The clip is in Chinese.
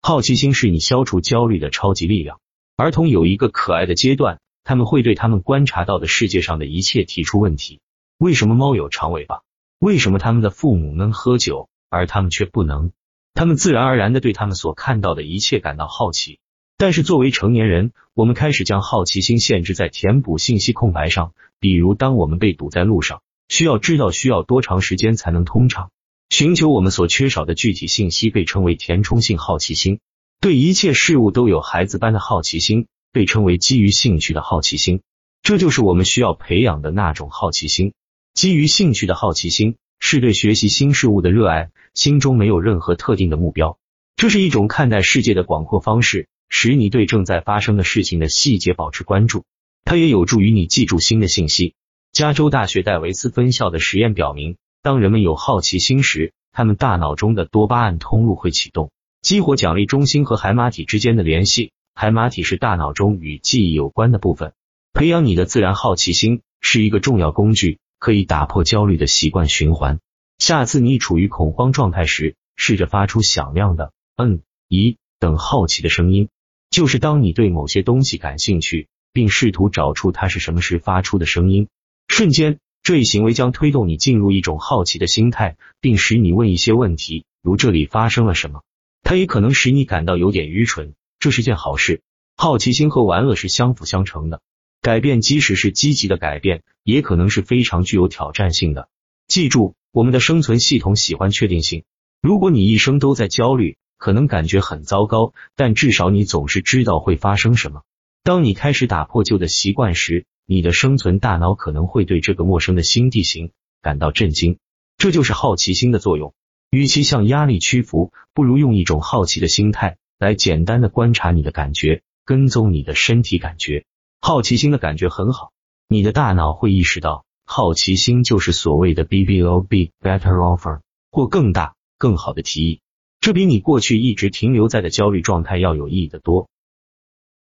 好奇心是你消除焦虑的超级力量。儿童有一个可爱的阶段，他们会对他们观察到的世界上的一切提出问题。为什么猫有长尾巴？为什么他们的父母能喝酒，而他们却不能？他们自然而然地对他们所看到的一切感到好奇。但是作为成年人，我们开始将好奇心限制在填补信息空白上，比如当我们被堵在路上，需要知道需要多长时间才能通畅。寻求我们所缺少的具体信息被称为填充性好奇心。对一切事物都有孩子般的好奇心，被称为基于兴趣的好奇心。这就是我们需要培养的那种好奇心。基于兴趣的好奇心是对学习新事物的热爱，心中没有任何特定的目标。这是一种看待世界的广阔方式，使你对正在发生的事情的细节保持关注。它也有助于你记住新的信息。加州大学戴维斯分校的实验表明，当人们有好奇心时，他们大脑中的多巴胺通路会启动，激活奖励中心和海马体之间的联系。海马体是大脑中与记忆有关的部分。培养你的自然好奇心是一个重要工具，可以打破焦虑的习惯循环。下次你处于恐慌状态时，试着发出响亮的咦等好奇的声音，就是当你对某些东西感兴趣，并试图找出它是什么时发出的声音。瞬间，这一行为将推动你进入一种好奇的心态，并使你问一些问题，如这里发生了什么。它也可能使你感到有点愚蠢，这是件好事。好奇心和玩乐是相辅相成的。改变即使是积极的改变，也可能是非常具有挑战性的。记住，我们的生存系统喜欢确定性。如果你一生都在焦虑，可能感觉很糟糕，但至少你总是知道会发生什么。当你开始打破旧的习惯时，你的生存大脑可能会对这个陌生的新地形感到震惊。这就是好奇心的作用。与其向压力屈服，不如用一种好奇的心态来简单的观察你的感觉，跟踪你的身体感觉。好奇心的感觉很好，你的大脑会意识到，好奇心就是所谓的 BBOB Better Offer 或更大更好的提议。这比你过去一直停留在的焦虑状态要有意义得多。